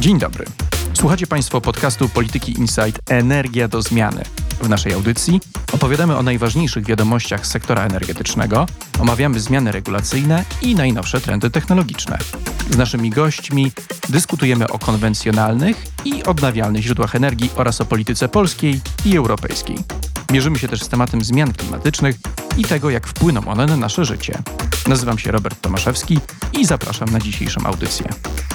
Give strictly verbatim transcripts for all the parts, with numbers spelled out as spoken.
Dzień dobry. Słuchacie Państwo podcastu Polityki Insight Energia do zmiany. W naszej audycji opowiadamy o najważniejszych wiadomościach z sektora energetycznego, omawiamy zmiany regulacyjne i najnowsze trendy technologiczne. Z naszymi gośćmi dyskutujemy o konwencjonalnych i odnawialnych źródłach energii oraz o polityce polskiej i europejskiej. Mierzymy się też z tematem zmian klimatycznych i tego, jak wpłyną one na nasze życie. Nazywam się Robert Tomaszewski i zapraszam na dzisiejszą audycję.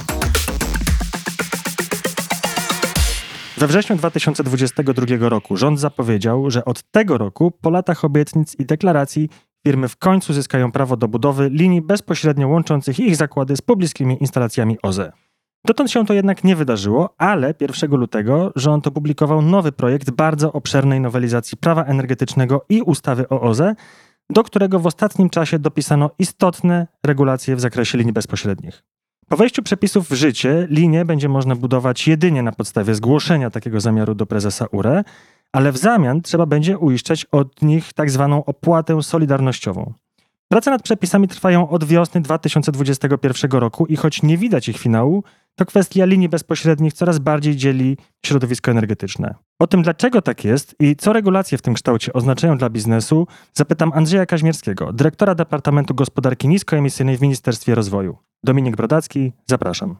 We wrześniu dwa tysiące dwudziestego drugiego roku rząd zapowiedział, że od tego roku po latach obietnic i deklaracji firmy w końcu zyskają prawo do budowy linii bezpośrednio łączących ich zakłady z pobliskimi instalacjami O Z E. Dotąd się to jednak nie wydarzyło, ale pierwszego lutego rząd opublikował nowy projekt bardzo obszernej nowelizacji prawa energetycznego i ustawy o O Z E, do którego w ostatnim czasie dopisano istotne regulacje w zakresie linii bezpośrednich. Po wejściu przepisów w życie linię będzie można budować jedynie na podstawie zgłoszenia takiego zamiaru do prezesa U R E, ale w zamian trzeba będzie uiszczać od nich tak zwaną opłatę solidarnościową. Prace nad przepisami trwają od wiosny dwa tysiące dwudziestego pierwszego roku i choć nie widać ich finału, to kwestia linii bezpośrednich coraz bardziej dzieli środowisko energetyczne. O tym, dlaczego tak jest i co regulacje w tym kształcie oznaczają dla biznesu, zapytam Andrzeja Kaźmierskiego, dyrektora Departamentu Gospodarki Niskoemisyjnej w Ministerstwie Rozwoju. Dominik Brodacki, zapraszam.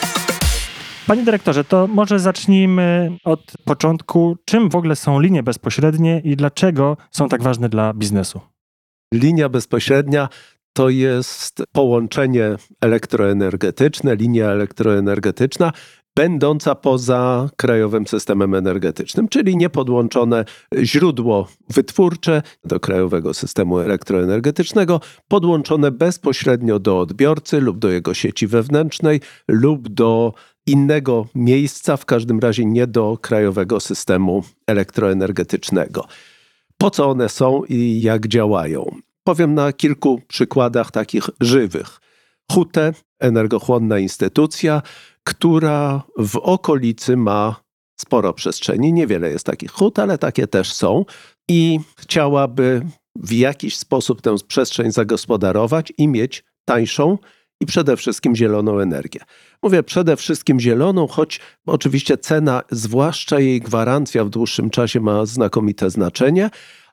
Panie dyrektorze, to może zacznijmy od początku. Czym w ogóle są linie bezpośrednie i dlaczego są tak ważne dla biznesu? Linia bezpośrednia to jest połączenie elektroenergetyczne, linia elektroenergetyczna będąca poza krajowym systemem energetycznym, czyli niepodłączone źródło wytwórcze do krajowego systemu elektroenergetycznego, podłączone bezpośrednio do odbiorcy lub do jego sieci wewnętrznej lub do innego miejsca, w każdym razie nie do krajowego systemu elektroenergetycznego. Po co one są i jak działają? Powiem na kilku przykładach takich żywych. H U T E, energochłonna instytucja, która w okolicy ma sporo przestrzeni. Niewiele jest takich hut, ale takie też są. I chciałaby w jakiś sposób tę przestrzeń zagospodarować i mieć tańszą i przede wszystkim zieloną energię. Mówię przede wszystkim zieloną, choć oczywiście cena, zwłaszcza jej gwarancja w dłuższym czasie ma znakomite znaczenie,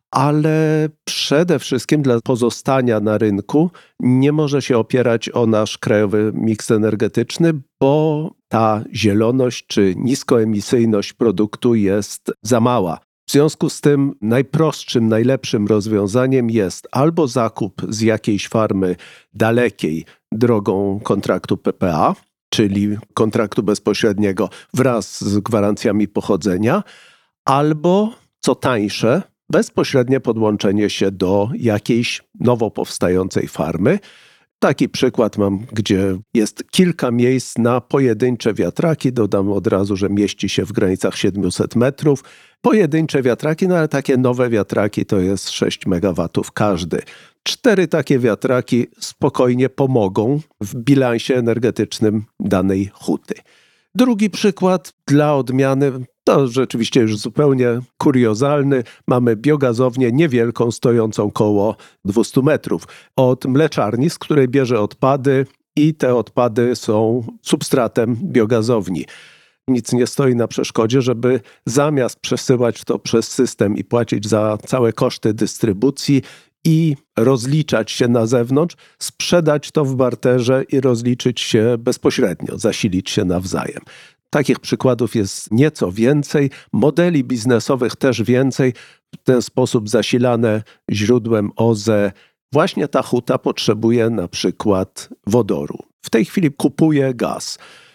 ale przede wszystkim dla pozostania na rynku nie może się opierać o nasz krajowy miks energetyczny, bo ta zieloność czy niskoemisyjność produktu jest za mała. W związku z tym najprostszym, najlepszym rozwiązaniem jest albo zakup z jakiejś farmy dalekiej drogą kontraktu P P A, czyli kontraktu bezpośredniego wraz z gwarancjami pochodzenia, albo co tańsze, bezpośrednie podłączenie się do jakiejś nowo powstającej farmy. Taki przykład mam, gdzie jest kilka miejsc na pojedyncze wiatraki. Dodam od razu, że mieści się w granicach siedemset metrów. Pojedyncze wiatraki, no ale takie nowe wiatraki to jest sześć megawatów każdy. Cztery takie wiatraki spokojnie pomogą w bilansie energetycznym danej huty. Drugi przykład dla odmiany, to rzeczywiście już zupełnie kuriozalny. Mamy biogazownię niewielką, stojącą koło dwieście metrów od mleczarni, z której bierze odpady i te odpady są substratem biogazowni. Nic nie stoi na przeszkodzie, żeby zamiast przesyłać to przez system i płacić za całe koszty dystrybucji i rozliczać się na zewnątrz, sprzedać to w barterze i rozliczyć się bezpośrednio, zasilić się nawzajem. Takich przykładów jest nieco więcej, modeli biznesowych też więcej. W ten sposób zasilane źródłem O Z E właśnie ta huta potrzebuje na przykład wodoru. W tej chwili kupuje gaz.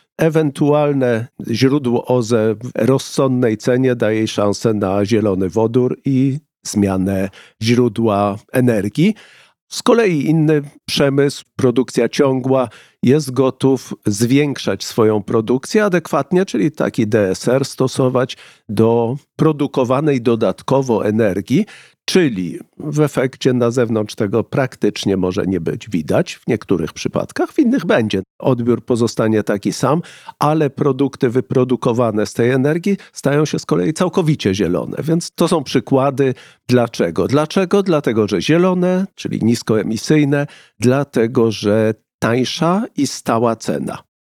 Ewentualne źródło O Z E w rozsądnej cenie daje jej szansę na zielony wodór i zmianę źródła energii. Z kolei inny przemysł, produkcja ciągła, jest gotów zwiększać swoją produkcję adekwatnie, czyli taki D S R stosować do produkowanej dodatkowo energii, czyli w efekcie na zewnątrz tego praktycznie może nie być widać w niektórych przypadkach, w innych będzie. Odbiór pozostanie taki sam, ale produkty wyprodukowane z tej energii stają się z kolei całkowicie zielone. Więc to są przykłady. Dlaczego? Dlaczego? Dlatego, że zielone, czyli niskoemisyjne, dlatego, że tańsza i stała cena.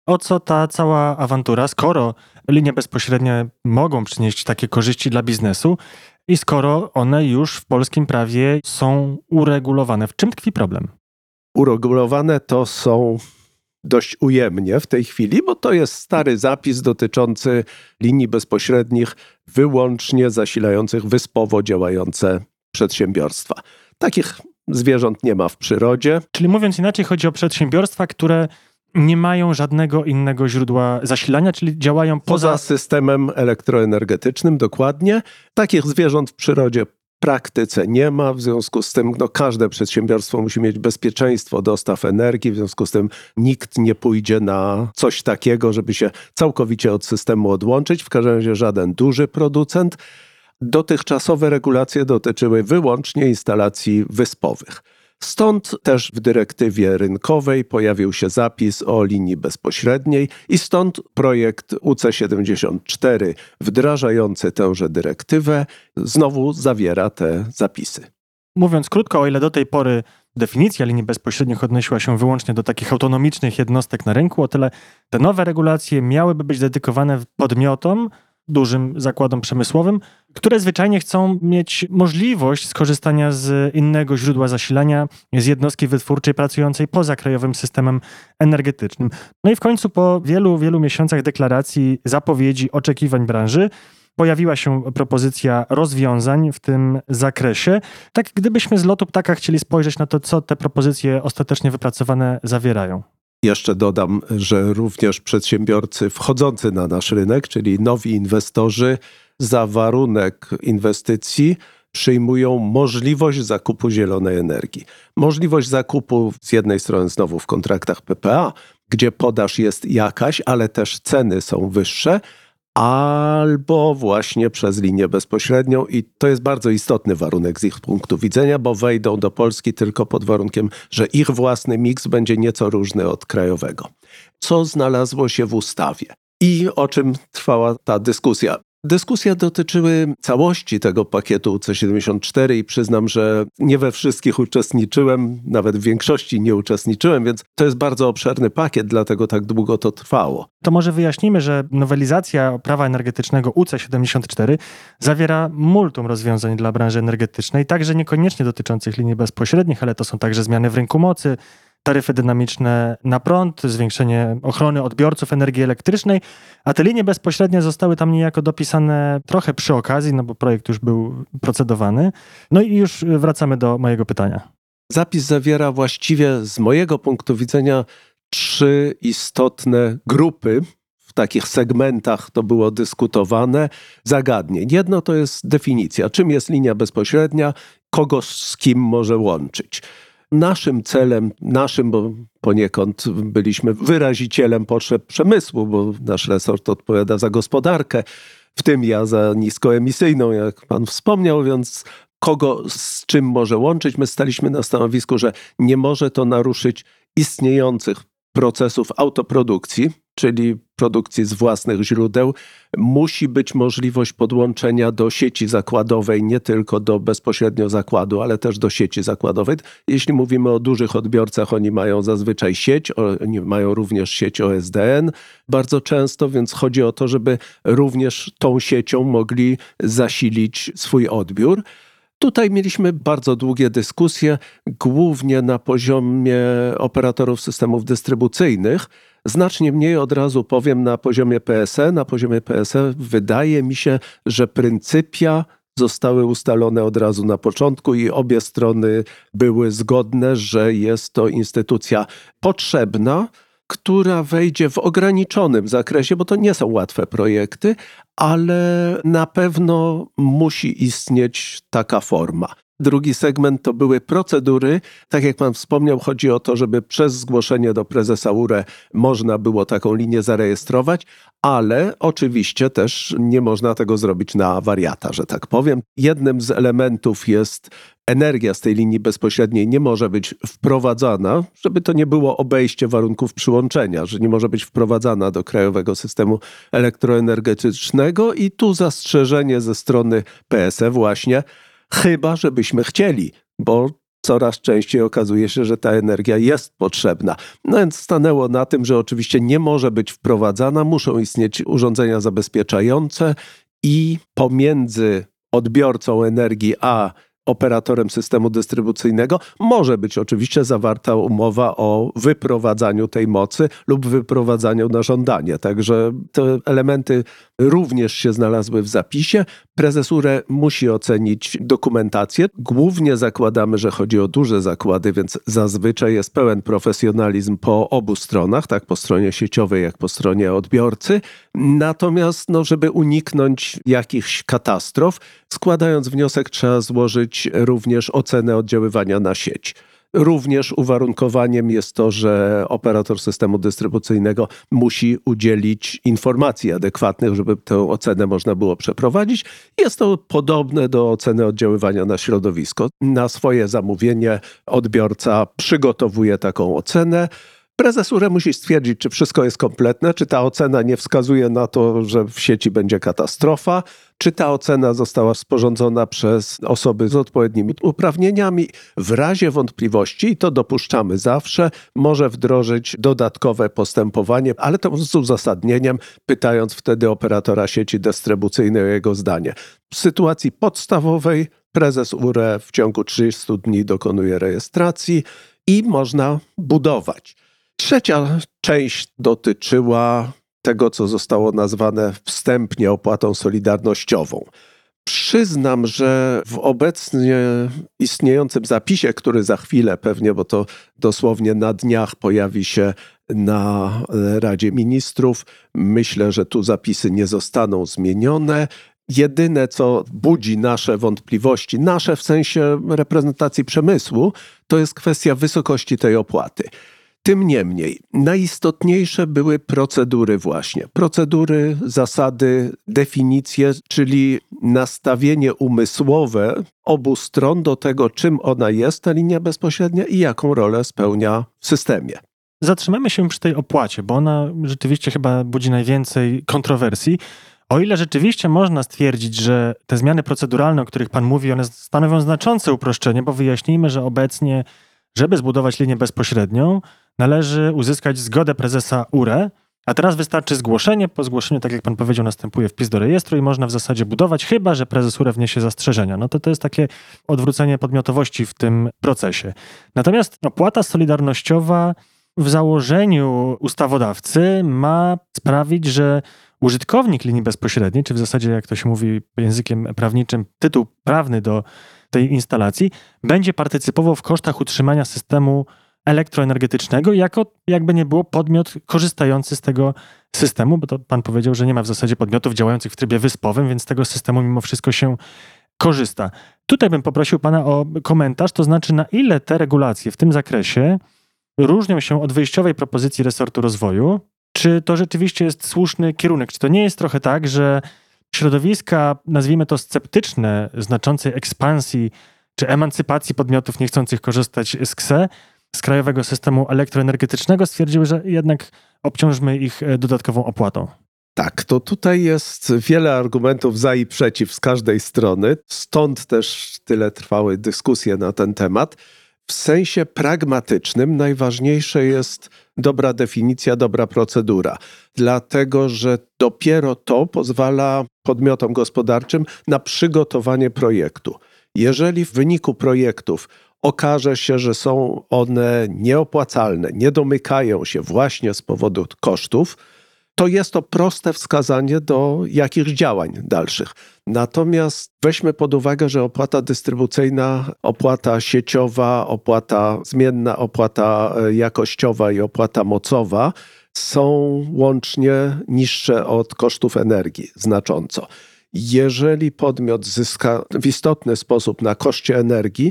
O co ta cała awantura, skoro linie bezpośrednie mogą przynieść takie korzyści dla biznesu i skoro one już w polskim prawie są uregulowane? W czym tkwi problem? Uregulowane to są dość ujemnie w tej chwili, bo to jest stary zapis dotyczący linii bezpośrednich wyłącznie zasilających wyspowo działające przedsiębiorstwa. Takich zwierząt nie ma w przyrodzie. Czyli mówiąc inaczej, chodzi o przedsiębiorstwa, które nie mają żadnego innego źródła zasilania, czyli działają poza... Poza systemem elektroenergetycznym, dokładnie. Takich zwierząt w przyrodzie w praktyce nie ma, w związku z tym no, każde przedsiębiorstwo musi mieć bezpieczeństwo dostaw energii, w związku z tym nikt nie pójdzie na coś takiego, żeby się całkowicie od systemu odłączyć, w każdym razie żaden duży producent. Dotychczasowe regulacje dotyczyły wyłącznie instalacji wyspowych. Stąd też w dyrektywie rynkowej pojawił się zapis o linii bezpośredniej i stąd projekt U C siedemdziesiąt cztery wdrażający tęże dyrektywę znowu zawiera te zapisy. Mówiąc krótko, o ile do tej pory definicja linii bezpośrednich odnosiła się wyłącznie do takich autonomicznych jednostek na rynku, o tyle te nowe regulacje miałyby być dedykowane podmiotom, dużym zakładom przemysłowym, które zwyczajnie chcą mieć możliwość skorzystania z innego źródła zasilania, z jednostki wytwórczej pracującej poza krajowym systemem energetycznym. No i w końcu po wielu, wielu miesiącach deklaracji, zapowiedzi, oczekiwań branży pojawiła się propozycja rozwiązań w tym zakresie. Tak gdybyśmy z lotu ptaka chcieli spojrzeć na to, co te propozycje ostatecznie wypracowane zawierają. Jeszcze dodam, że również przedsiębiorcy wchodzący na nasz rynek, czyli nowi inwestorzy, za warunek inwestycji przyjmują możliwość zakupu zielonej energii. Możliwość zakupu z jednej strony znowu w kontraktach P P A, gdzie podaż jest jakaś, ale też ceny są wyższe, albo właśnie przez linię bezpośrednią i to jest bardzo istotny warunek z ich punktu widzenia, bo wejdą do Polski tylko pod warunkiem, że ich własny miks będzie nieco różny od krajowego. Co znalazło się w ustawie i o czym trwała ta dyskusja? Dyskusje dotyczyły całości tego pakietu U C siedemdziesiąt cztery i przyznam, że nie we wszystkich uczestniczyłem, nawet w większości nie uczestniczyłem, więc to jest bardzo obszerny pakiet, dlatego tak długo to trwało. To może wyjaśnijmy, że nowelizacja prawa energetycznego U C siedemdziesiąt cztery zawiera multum rozwiązań dla branży energetycznej, także niekoniecznie dotyczących linii bezpośrednich, ale to są także zmiany w rynku mocy, taryfy dynamiczne na prąd, zwiększenie ochrony odbiorców energii elektrycznej, a te linie bezpośrednie zostały tam niejako dopisane trochę przy okazji, no bo projekt już był procedowany. No i już wracamy do mojego pytania. Zapis zawiera właściwie z mojego punktu widzenia trzy istotne grupy. W takich segmentach to było dyskutowane zagadnień. Jedno to jest definicja, czym jest linia bezpośrednia, kogo z kim może łączyć. Naszym celem, naszym, bo poniekąd byliśmy wyrazicielem potrzeb przemysłu, bo nasz resort odpowiada za gospodarkę, w tym ja za niskoemisyjną, jak pan wspomniał, więc kogo z czym może łączyć? My staliśmy na stanowisku, że nie może to naruszyć istniejących procesów autoprodukcji, czyli produkcji z własnych źródeł. Musi być możliwość podłączenia do sieci zakładowej, nie tylko do bezpośrednio zakładu, ale też do sieci zakładowej. Jeśli mówimy o dużych odbiorcach, oni mają zazwyczaj sieć, oni mają również sieć O S D N bardzo często, więc chodzi o to, żeby również tą siecią mogli zasilić swój odbiór. Tutaj mieliśmy bardzo długie dyskusje, głównie na poziomie operatorów systemów dystrybucyjnych. Znacznie mniej, od razu powiem, na poziomie P S E. Na poziomie P S E wydaje mi się, że pryncypia zostały ustalone od razu na początku i obie strony były zgodne, że jest to instytucja potrzebna, która wejdzie w ograniczonym zakresie, bo to nie są łatwe projekty, ale na pewno musi istnieć taka forma. Drugi segment to były procedury. Tak jak pan wspomniał, chodzi o to, żeby przez zgłoszenie do prezesa U R E można było taką linię zarejestrować, ale oczywiście też nie można tego zrobić na wariata, że tak powiem. Jednym z elementów jest energia z tej linii bezpośredniej nie może być wprowadzana, żeby to nie było obejście warunków przyłączenia, że nie może być wprowadzana do krajowego systemu elektroenergetycznego i tu zastrzeżenie ze strony P S E właśnie, chyba żebyśmy chcieli, bo coraz częściej okazuje się, że ta energia jest potrzebna. No więc stanęło na tym, że oczywiście nie może być wprowadzana, muszą istnieć urządzenia zabezpieczające i pomiędzy odbiorcą energii a operatorem systemu dystrybucyjnego może być oczywiście zawarta umowa o wyprowadzaniu tej mocy lub wyprowadzaniu na żądanie. Także te elementy również się znalazły w zapisie. Prezes U R E musi ocenić dokumentację. Głównie zakładamy, że chodzi o duże zakłady, więc zazwyczaj jest pełen profesjonalizm po obu stronach, tak po stronie sieciowej, jak po stronie odbiorcy. Natomiast, no, żeby uniknąć jakichś katastrof, składając wniosek, trzeba złożyć również ocenę oddziaływania na sieć. Również uwarunkowaniem jest to, że operator systemu dystrybucyjnego musi udzielić informacji adekwatnych, żeby tę ocenę można było przeprowadzić. Jest to podobne do oceny oddziaływania na środowisko. Na swoje zamówienie odbiorca przygotowuje taką ocenę. Prezes U R E musi stwierdzić, czy wszystko jest kompletne, czy ta ocena nie wskazuje na to, że w sieci będzie katastrofa, czy ta ocena została sporządzona przez osoby z odpowiednimi uprawnieniami. W razie wątpliwości, i to dopuszczamy zawsze, może wdrożyć dodatkowe postępowanie, ale to z uzasadnieniem, pytając wtedy operatora sieci dystrybucyjnej o jego zdanie. W sytuacji podstawowej prezes U R E w ciągu trzydziestu dni dokonuje rejestracji i można budować. Trzecia część dotyczyła tego, co zostało nazwane wstępnie opłatą solidarnościową. Przyznam, że w obecnie istniejącym zapisie, który za chwilę pewnie, bo to dosłownie na dniach pojawi się na Radzie Ministrów, myślę, że tu zapisy nie zostaną zmienione. Jedyne, co budzi nasze wątpliwości, nasze w sensie reprezentacji przemysłu, to jest kwestia wysokości tej opłaty. Tym niemniej, najistotniejsze były procedury właśnie. Procedury, zasady, definicje, czyli nastawienie umysłowe obu stron do tego, czym ona jest, ta linia bezpośrednia i jaką rolę spełnia w systemie. Zatrzymamy się przy tej opłacie, bo ona rzeczywiście chyba budzi najwięcej kontrowersji. O ile rzeczywiście można stwierdzić, że te zmiany proceduralne, o których pan mówi, one stanowią znaczące uproszczenie, bo wyjaśnijmy, że obecnie, żeby zbudować linię bezpośrednią, należy uzyskać zgodę prezesa U R E, a teraz wystarczy zgłoszenie. Po zgłoszeniu, tak jak pan powiedział, następuje wpis do rejestru i można w zasadzie budować, chyba że prezes U R E wniesie zastrzeżenia. No to to jest takie odwrócenie podmiotowości w tym procesie. Natomiast opłata solidarnościowa w założeniu ustawodawcy ma sprawić, że użytkownik linii bezpośredniej, czy w zasadzie, jak to się mówi językiem prawniczym, tytuł prawny do tej instalacji, będzie partycypował w kosztach utrzymania systemu elektroenergetycznego jako, jakby nie było, podmiot korzystający z tego systemu, bo to pan powiedział, że nie ma w zasadzie podmiotów działających w trybie wyspowym, więc z tego systemu mimo wszystko się korzysta. Tutaj bym poprosił pana o komentarz, to znaczy na ile te regulacje w tym zakresie różnią się od wyjściowej propozycji resortu rozwoju. Czy to rzeczywiście jest słuszny kierunek? Czy to nie jest trochę tak, że środowiska, nazwijmy to sceptyczne, znaczącej ekspansji czy emancypacji podmiotów niechcących korzystać z K S E, z krajowego systemu elektroenergetycznego, stwierdziły, że jednak obciążmy ich dodatkową opłatą? Tak, to tutaj jest wiele argumentów za i przeciw z każdej strony, stąd też tyle trwały dyskusje na ten temat. W sensie pragmatycznym najważniejsze jest dobra definicja, dobra procedura, dlatego że dopiero to pozwala podmiotom gospodarczym na przygotowanie projektu. Jeżeli w wyniku projektów okaże się, że są one nieopłacalne, nie domykają się właśnie z powodu kosztów, to jest to proste wskazanie do jakichś działań dalszych. Natomiast weźmy pod uwagę, że opłata dystrybucyjna, opłata sieciowa, opłata zmienna, opłata jakościowa i opłata mocowa są łącznie niższe od kosztów energii znacząco. Jeżeli podmiot zyska w istotny sposób na koszcie energii,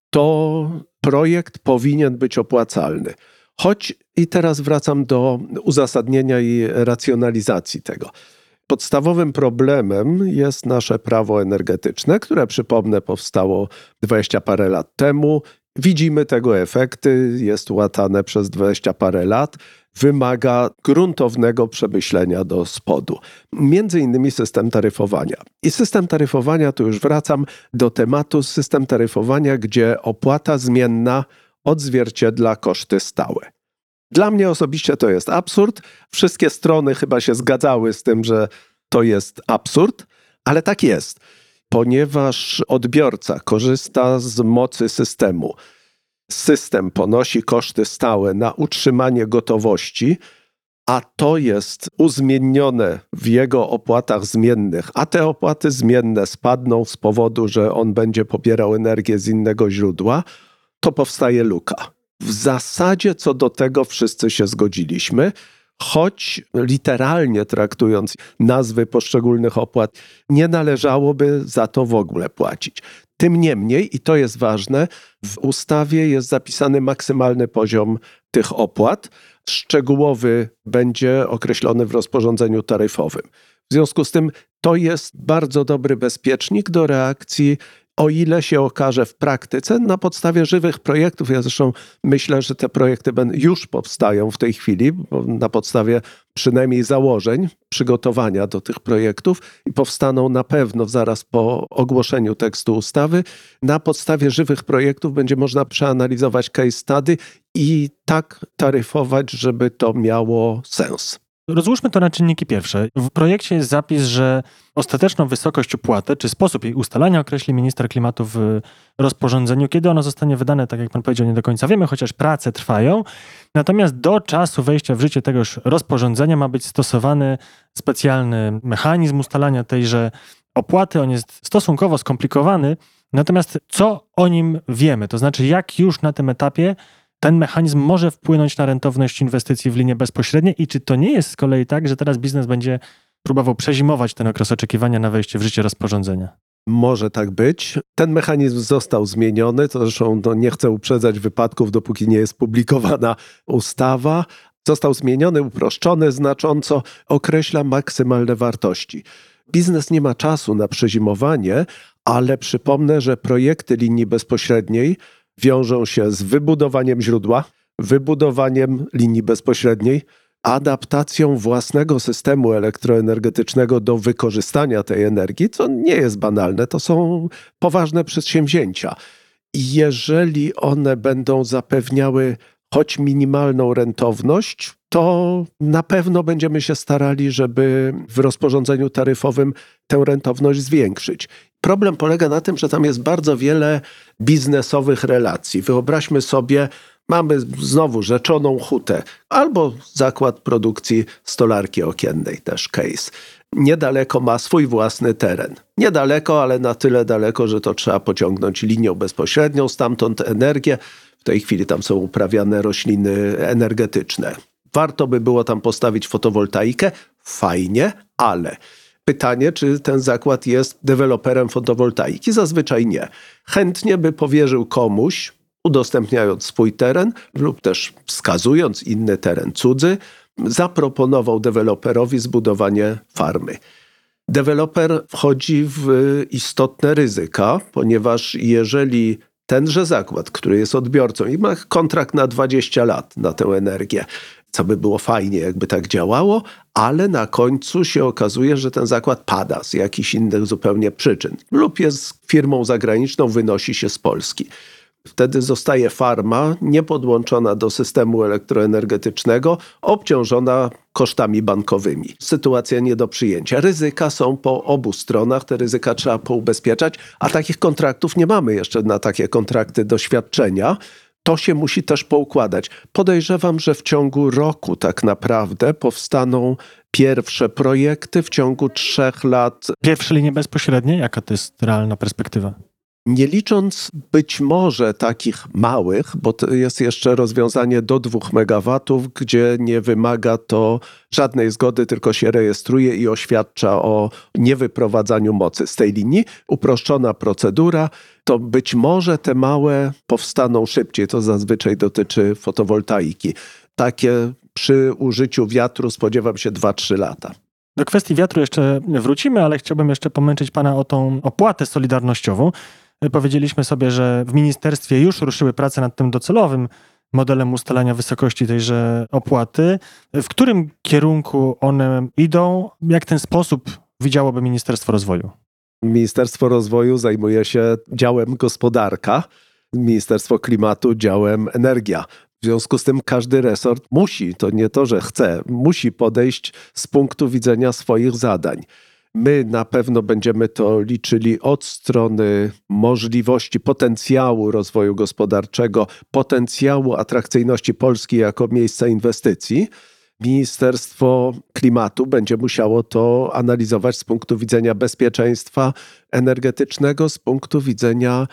to projekt powinien być opłacalny. Choć, i teraz wracam do uzasadnienia i racjonalizacji tego. Podstawowym problemem jest nasze prawo energetyczne, które, przypomnę, powstało dwadzieścia parę lat temu Widzimy tego efekty, jest łatane przez dwadzieścia parę lat. Wymaga gruntownego przemyślenia do spodu. Między innymi system taryfowania. I system taryfowania, tu już wracam do tematu, system taryfowania, gdzie opłata zmienna odzwierciedla koszty stałe. Dla mnie osobiście to jest absurd. Wszystkie strony chyba się zgadzały z tym, że to jest absurd, ale tak jest. Ponieważ odbiorca korzysta z mocy systemu, system ponosi koszty stałe na utrzymanie gotowości, a to jest uzmiennione w jego opłatach zmiennych, a te opłaty zmienne spadną z powodu, że on będzie pobierał energię z innego źródła, to powstaje luka. W zasadzie co do tego wszyscy się zgodziliśmy, choć literalnie traktując nazwy poszczególnych opłat, nie należałoby za to w ogóle płacić. Tym niemniej, i to jest ważne, w ustawie jest zapisany maksymalny poziom tych opłat. Szczegółowy będzie określony w rozporządzeniu taryfowym. W związku z tym to jest bardzo dobry bezpiecznik do reakcji, o ile się okaże w praktyce na podstawie żywych projektów. Ja zresztą myślę, że te projekty już powstają w tej chwili, bo na podstawie przynajmniej założeń, przygotowania do tych projektów i powstaną na pewno zaraz po ogłoszeniu tekstu ustawy. Na podstawie żywych projektów będzie można przeanalizować case study i tak taryfować, żeby to miało sens. Rozłóżmy to na czynniki pierwsze. W projekcie jest zapis, że ostateczną wysokość opłaty, czy sposób jej ustalania określi minister klimatu w rozporządzeniu. Kiedy ono zostanie wydane, tak jak pan powiedział, nie do końca wiemy, chociaż prace trwają. Natomiast do czasu wejścia w życie tegoż rozporządzenia ma być stosowany specjalny mechanizm ustalania tejże opłaty. On jest stosunkowo skomplikowany. Natomiast co o nim wiemy? To znaczy, jak już na tym etapie ten mechanizm może wpłynąć na rentowność inwestycji w linie bezpośrednie i czy to nie jest z kolei tak, że teraz biznes będzie próbował przezimować ten okres oczekiwania na wejście w życie rozporządzenia? Może tak być. Ten mechanizm został zmieniony, to zresztą no, nie chcę uprzedzać wypadków, dopóki nie jest publikowana ustawa. Został zmieniony, uproszczony znacząco, określa maksymalne wartości. Biznes nie ma czasu na przezimowanie, ale przypomnę, że projekty linii bezpośredniej wiążą się z wybudowaniem źródła, wybudowaniem linii bezpośredniej, adaptacją własnego systemu elektroenergetycznego do wykorzystania tej energii, co nie jest banalne, to są poważne przedsięwzięcia. I jeżeli one będą zapewniały choć minimalną rentowność, to na pewno będziemy się starali, żeby w rozporządzeniu taryfowym tę rentowność zwiększyć. Problem polega na tym, że tam jest bardzo wiele biznesowych relacji. Wyobraźmy sobie, mamy znowu rzeczoną hutę albo zakład produkcji stolarki okiennej, też case. Niedaleko ma swój własny teren. Niedaleko, ale na tyle daleko, że to trzeba pociągnąć linią bezpośrednią, stamtąd energię. W tej chwili tam są uprawiane rośliny energetyczne. Warto by było tam postawić fotowoltaikę. Fajnie, ale pytanie, czy ten zakład jest deweloperem fotowoltaiki? Zazwyczaj nie. Chętnie by powierzył komuś, udostępniając swój teren lub też wskazując inny teren cudzy, zaproponował deweloperowi zbudowanie farmy. Deweloper wchodzi w istotne ryzyka, ponieważ jeżeli tenże zakład, który jest odbiorcą i ma kontrakt na dwadzieścia lat na tę energię, co by było fajnie, jakby tak działało, ale na końcu się okazuje, że ten zakład pada z jakichś innych zupełnie przyczyn lub jest firmą zagraniczną, wynosi się z Polski. Wtedy zostaje farma niepodłączona do systemu elektroenergetycznego, obciążona kosztami bankowymi. Sytuacja nie do przyjęcia. Ryzyka są po obu stronach, te ryzyka trzeba poubezpieczać, a takich kontraktów nie mamy jeszcze na takie kontrakty doświadczenia. To się musi też poukładać. Podejrzewam, że w ciągu roku tak naprawdę powstaną pierwsze projekty, w ciągu trzech lat. Pierwsze linie bezpośrednie? Jaka to jest realna perspektywa? Nie licząc być może takich małych, bo to jest jeszcze rozwiązanie do dwóch megawatów, gdzie nie wymaga to żadnej zgody, tylko się rejestruje i oświadcza o niewyprowadzaniu mocy z tej linii. Uproszczona procedura, to być może te małe powstaną szybciej. To zazwyczaj dotyczy fotowoltaiki. Takie przy użyciu wiatru spodziewam się dwa trzy lata. Do kwestii wiatru jeszcze wrócimy, ale chciałbym jeszcze pomęczyć pana o tą opłatę solidarnościową. powiedzieliśmy sobie, że w ministerstwie już ruszyły prace nad tym docelowym modelem ustalania wysokości tejże opłaty. W którym kierunku one idą? Jak ten sposób widziałoby Ministerstwo Rozwoju? Ministerstwo Rozwoju zajmuje się działem gospodarka, Ministerstwo Klimatu działem energia. W związku z tym każdy resort musi, to nie to, że chce, musi podejść z punktu widzenia swoich zadań. My na pewno będziemy to liczyli od strony możliwości, potencjału rozwoju gospodarczego, potencjału atrakcyjności Polski jako miejsca inwestycji. Ministerstwo Klimatu będzie musiało to analizować z punktu widzenia bezpieczeństwa energetycznego, z punktu widzenia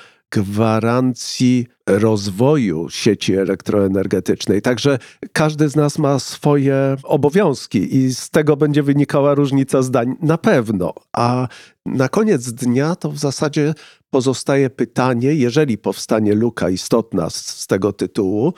gwarancji rozwoju sieci elektroenergetycznej. Także każdy z nas ma swoje obowiązki i z tego będzie wynikała różnica zdań na pewno. A na koniec dnia to w zasadzie pozostaje pytanie, jeżeli powstanie luka istotna z, z tego tytułu,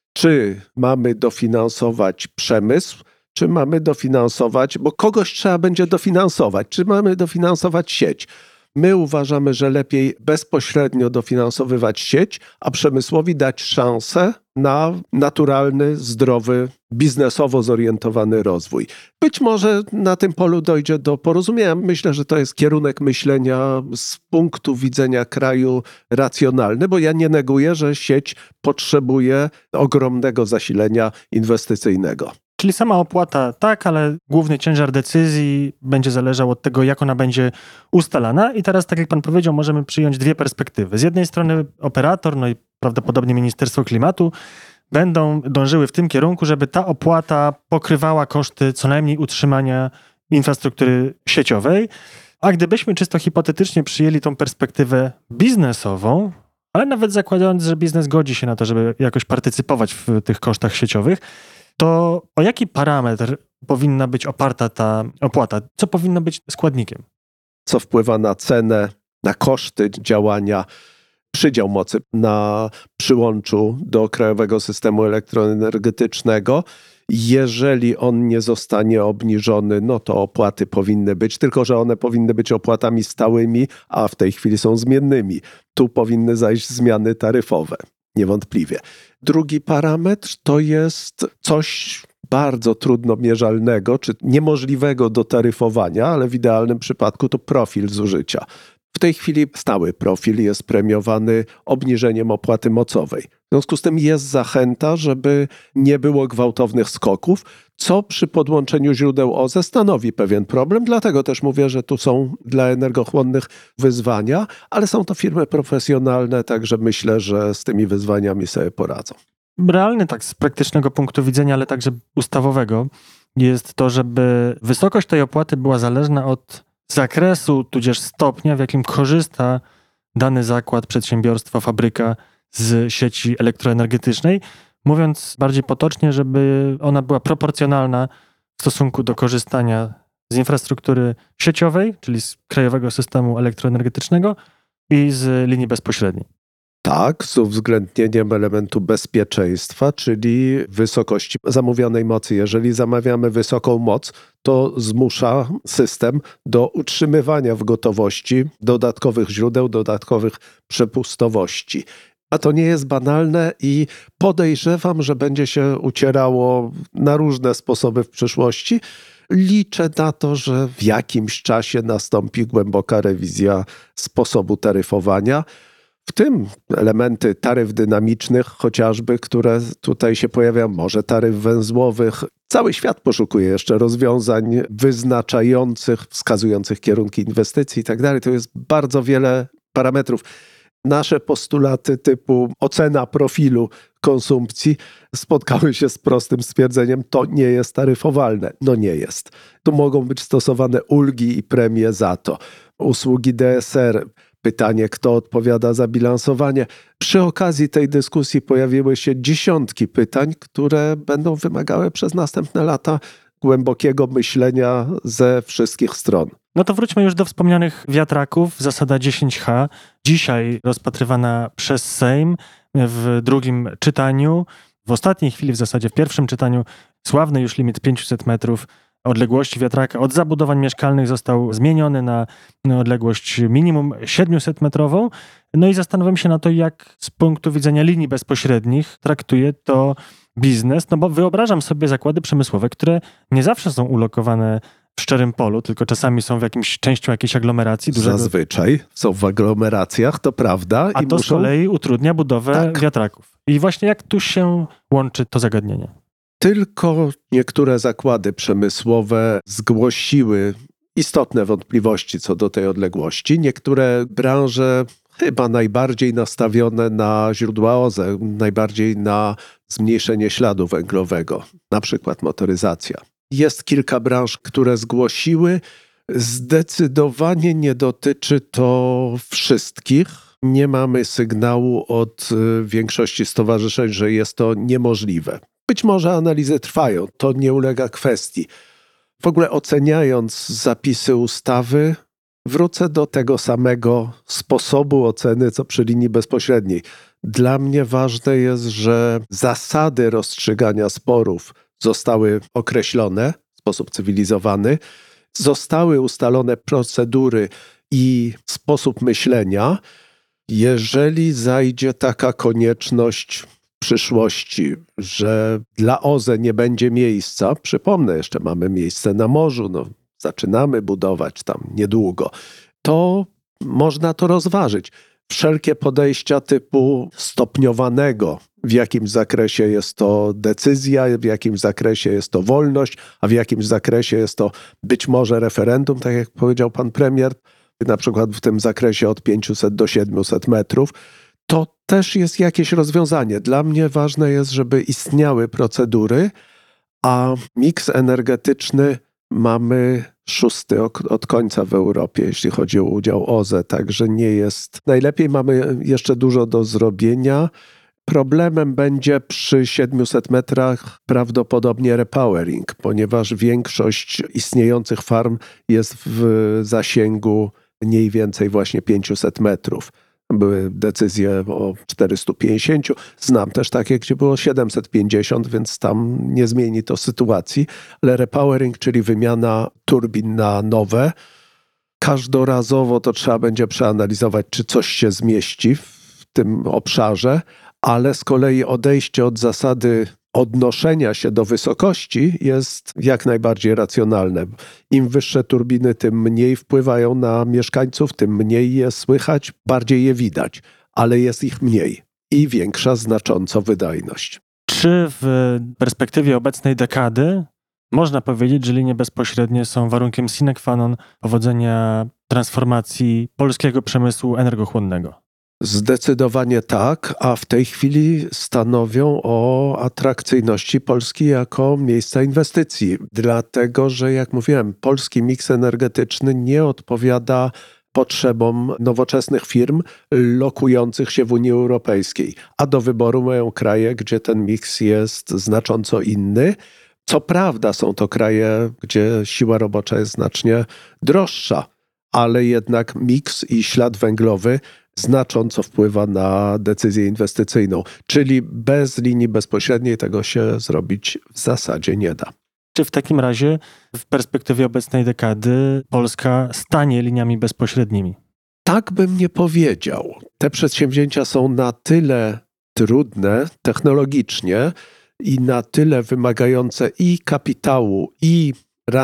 czy mamy dofinansować przemysł, czy mamy dofinansować, bo kogoś trzeba będzie dofinansować, czy mamy dofinansować sieć. My uważamy, że lepiej bezpośrednio dofinansowywać sieć, a przemysłowi dać szansę na naturalny, zdrowy, biznesowo zorientowany rozwój. Być może na tym polu dojdzie do porozumienia. Myślę, że to jest kierunek myślenia z punktu widzenia kraju racjonalny, bo ja nie neguję, że sieć potrzebuje ogromnego zasilenia inwestycyjnego. Czyli sama opłata tak, ale główny ciężar decyzji będzie zależał od tego, jak ona będzie ustalana. I teraz, tak jak pan powiedział, możemy przyjąć dwie perspektywy. Z jednej strony operator, no i prawdopodobnie Ministerstwo Klimatu będą dążyły w tym kierunku, żeby ta opłata pokrywała koszty co najmniej utrzymania infrastruktury sieciowej. A gdybyśmy czysto hipotetycznie przyjęli tą perspektywę biznesową, ale nawet zakładając, że biznes godzi się na to, żeby jakoś partycypować w tych kosztach sieciowych, to o jaki parametr powinna być oparta ta opłata? Co powinno być składnikiem? Co wpływa na cenę, na koszty działania, przydział mocy na przyłączu do krajowego systemu elektroenergetycznego. Jeżeli on nie zostanie obniżony, no to opłaty powinny być, tylko że one powinny być opłatami stałymi, a w tej chwili są zmiennymi. Tu powinny zajść zmiany taryfowe. Niewątpliwie. Drugi parametr to jest coś bardzo trudno mierzalnego, czy niemożliwego do taryfowania, ale w idealnym przypadku to profil zużycia. W tej chwili stały profil jest premiowany obniżeniem opłaty mocowej. W związku z tym jest zachęta, żeby nie było gwałtownych skoków, co przy podłączeniu źródeł O Z E stanowi pewien problem. Dlatego też mówię, że tu są dla energochłonnych wyzwania, ale są to firmy profesjonalne, także myślę, że z tymi wyzwaniami sobie poradzą. Realny tak z praktycznego punktu widzenia, ale także ustawowego jest to, żeby wysokość tej opłaty była zależna od zakresu, tudzież stopnia, w jakim korzysta dany zakład, przedsiębiorstwo, fabryka z sieci elektroenergetycznej. Mówiąc bardziej potocznie, żeby ona była proporcjonalna w stosunku do korzystania z infrastruktury sieciowej, czyli z krajowego systemu elektroenergetycznego i z linii bezpośredniej. Tak, z uwzględnieniem elementu bezpieczeństwa, czyli wysokości zamówionej mocy. Jeżeli zamawiamy wysoką moc, to zmusza system do utrzymywania w gotowości dodatkowych źródeł, dodatkowych przepustowości. A to nie jest banalne i podejrzewam, że będzie się ucierało na różne sposoby w przyszłości. Liczę na to, że w jakimś czasie nastąpi głęboka rewizja sposobu taryfowania, w tym elementy taryf dynamicznych chociażby, które tutaj się pojawiają, może taryf węzłowych. Cały świat poszukuje jeszcze rozwiązań wyznaczających, wskazujących kierunki inwestycji i tak dalej. To jest bardzo wiele parametrów. Nasze postulaty typu ocena profilu konsumpcji spotkały się z prostym stwierdzeniem, to nie jest taryfowalne. No nie jest. Tu mogą być stosowane ulgi i premie za to. Usługi D S R, pytanie, kto odpowiada za bilansowanie. Przy okazji tej dyskusji pojawiły się dziesiątki pytań, które będą wymagały przez następne lata głębokiego myślenia ze wszystkich stron. No to wróćmy już do wspomnianych wiatraków. Zasada dziesięć H, dzisiaj rozpatrywana przez Sejm w drugim czytaniu. W ostatniej chwili, w zasadzie w pierwszym czytaniu, sławny już limit pięćset metrów odległości wiatraka od zabudowań mieszkalnych został zmieniony na, na odległość minimum siedemset metrową. No i zastanawiam się na to, jak z punktu widzenia linii bezpośrednich traktuje to biznes, no bo wyobrażam sobie zakłady przemysłowe, które nie zawsze są ulokowane w szczerym polu, tylko czasami są w jakimś częścią jakiejś aglomeracji. Dużego... Zazwyczaj są w aglomeracjach, to prawda. A i to muszą... z kolei utrudnia budowę Tak. wiatraków. I właśnie jak tu się łączy to zagadnienie? Tylko niektóre zakłady przemysłowe zgłosiły istotne wątpliwości co do tej odległości. Niektóre branże chyba najbardziej nastawione na źródła O Z E, najbardziej na zmniejszenie śladu węglowego, na przykład motoryzacja. Jest kilka branż, które zgłosiły. Zdecydowanie nie dotyczy to wszystkich. Nie mamy sygnału od większości stowarzyszeń, że jest to niemożliwe. Być może analizy trwają, to nie ulega kwestii. W ogóle oceniając zapisy ustawy, wrócę do tego samego sposobu oceny, co przy linii bezpośredniej. Dla mnie ważne jest, że zasady rozstrzygania sporów zostały określone w sposób cywilizowany, zostały ustalone procedury i sposób myślenia. Jeżeli zajdzie taka konieczność w przyszłości, że dla O Z E nie będzie miejsca, przypomnę, jeszcze mamy miejsce na morzu, no, zaczynamy budować tam niedługo, to można to rozważyć. Wszelkie podejścia typu stopniowanego, w jakimś zakresie jest to decyzja, w jakimś zakresie jest to wolność, a w jakimś zakresie jest to być może referendum, tak jak powiedział pan premier, na przykład w tym zakresie od pięciuset do siedmiuset metrów, to też jest jakieś rozwiązanie. Dla mnie ważne jest, żeby istniały procedury, a miks energetyczny mamy szósty od końca w Europie, jeśli chodzi o udział O Z E, także nie jest... Najlepiej, mamy jeszcze dużo do zrobienia. Problemem będzie przy siedmiuset metrach prawdopodobnie repowering, ponieważ większość istniejących farm jest w zasięgu mniej więcej właśnie pięciuset metrów. Były decyzje o czterystu pięćdziesięciu. Znam też takie, gdzie było siedemset pięćdziesiąt, więc tam nie zmieni to sytuacji. Ale repowering, czyli wymiana turbin na nowe, każdorazowo to trzeba będzie przeanalizować, czy coś się zmieści w tym obszarze, ale z kolei odejście od zasady odnoszenia się do wysokości jest jak najbardziej racjonalne. Im wyższe turbiny, tym mniej wpływają na mieszkańców, tym mniej je słychać, bardziej je widać, ale jest ich mniej i większa znacząco wydajność. Czy w perspektywie obecnej dekady można powiedzieć, że linie bezpośrednie są warunkiem sine qua non powodzenia transformacji polskiego przemysłu energochłonnego? Zdecydowanie tak, a w tej chwili stanowią o atrakcyjności Polski jako miejsca inwestycji. Dlatego, że jak mówiłem, polski miks energetyczny nie odpowiada potrzebom nowoczesnych firm lokujących się w Unii Europejskiej. A do wyboru mają kraje, gdzie ten miks jest znacząco inny. Co prawda są to kraje, gdzie siła robocza jest znacznie droższa, ale jednak miks i ślad węglowy znacząco wpływa na decyzję inwestycyjną. Czyli bez linii bezpośredniej tego się zrobić w zasadzie nie da. Czy w takim razie w perspektywie obecnej dekady Polska stanie liniami bezpośrednimi? Tak bym nie powiedział. Te przedsięwzięcia są na tyle trudne technologicznie i na tyle wymagające i kapitału, i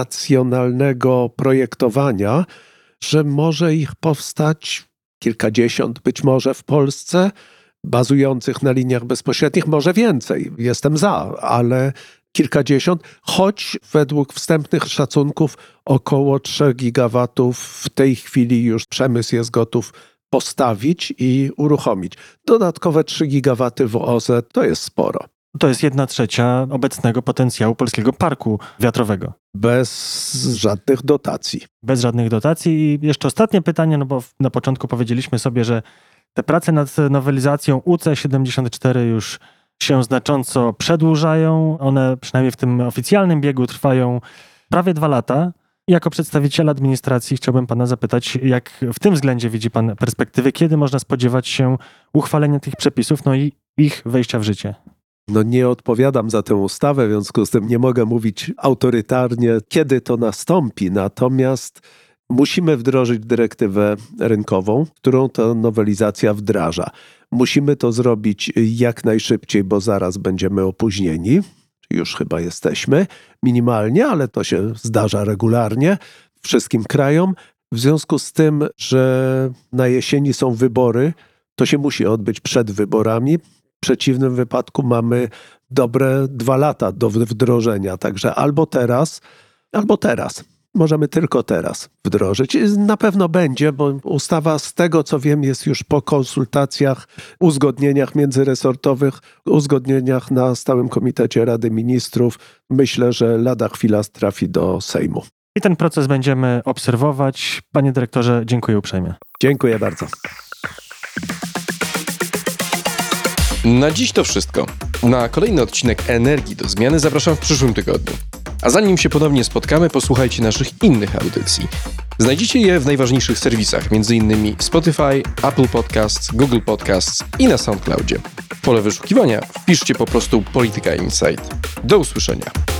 racjonalnego projektowania, że może ich powstać kilkadziesiąt być może w Polsce, bazujących na liniach bezpośrednich, może więcej. Jestem za, ale kilkadziesiąt, choć według wstępnych szacunków około trzech gigawatów w tej chwili już przemysł jest gotów postawić i uruchomić. Dodatkowe trzy gigawaty w O Z E to jest sporo. To jest jedna trzecia obecnego potencjału polskiego parku wiatrowego. Bez żadnych dotacji. Bez żadnych dotacji. I jeszcze ostatnie pytanie, no bo na początku powiedzieliśmy sobie, że te prace nad nowelizacją U C siedemdziesiąt cztery już się znacząco przedłużają. One przynajmniej w tym oficjalnym biegu trwają prawie dwa lata. Jako przedstawiciel administracji chciałbym pana zapytać, jak w tym względzie widzi pan perspektywy, kiedy można spodziewać się uchwalenia tych przepisów, no i ich wejścia w życie? No nie odpowiadam za tę ustawę, w związku z tym nie mogę mówić autorytarnie, kiedy to nastąpi. Natomiast musimy wdrożyć dyrektywę rynkową, którą ta nowelizacja wdraża. Musimy to zrobić jak najszybciej, bo zaraz będziemy opóźnieni. Już chyba jesteśmy minimalnie, ale to się zdarza regularnie wszystkim krajom. W związku z tym, że na jesieni są wybory, to się musi odbyć przed wyborami. W przeciwnym wypadku mamy dobre dwa lata do wdrożenia. Także albo teraz, albo teraz. Możemy tylko teraz wdrożyć. Na pewno będzie, bo ustawa z tego, co wiem, jest już po konsultacjach, uzgodnieniach międzyresortowych, uzgodnieniach na Stałym Komitecie Rady Ministrów. Myślę, że lada chwila trafi do Sejmu. I ten proces będziemy obserwować. Panie dyrektorze, dziękuję uprzejmie. Dziękuję bardzo. Na dziś to wszystko. Na kolejny odcinek Energii do Zmiany zapraszam w przyszłym tygodniu. A zanim się ponownie spotkamy, posłuchajcie naszych innych audycji. Znajdziecie je w najważniejszych serwisach, m.in. Spotify, Apple Podcasts, Google Podcasts i na SoundCloudzie. W pole wyszukiwania wpiszcie po prostu Polityka Insight. Do usłyszenia.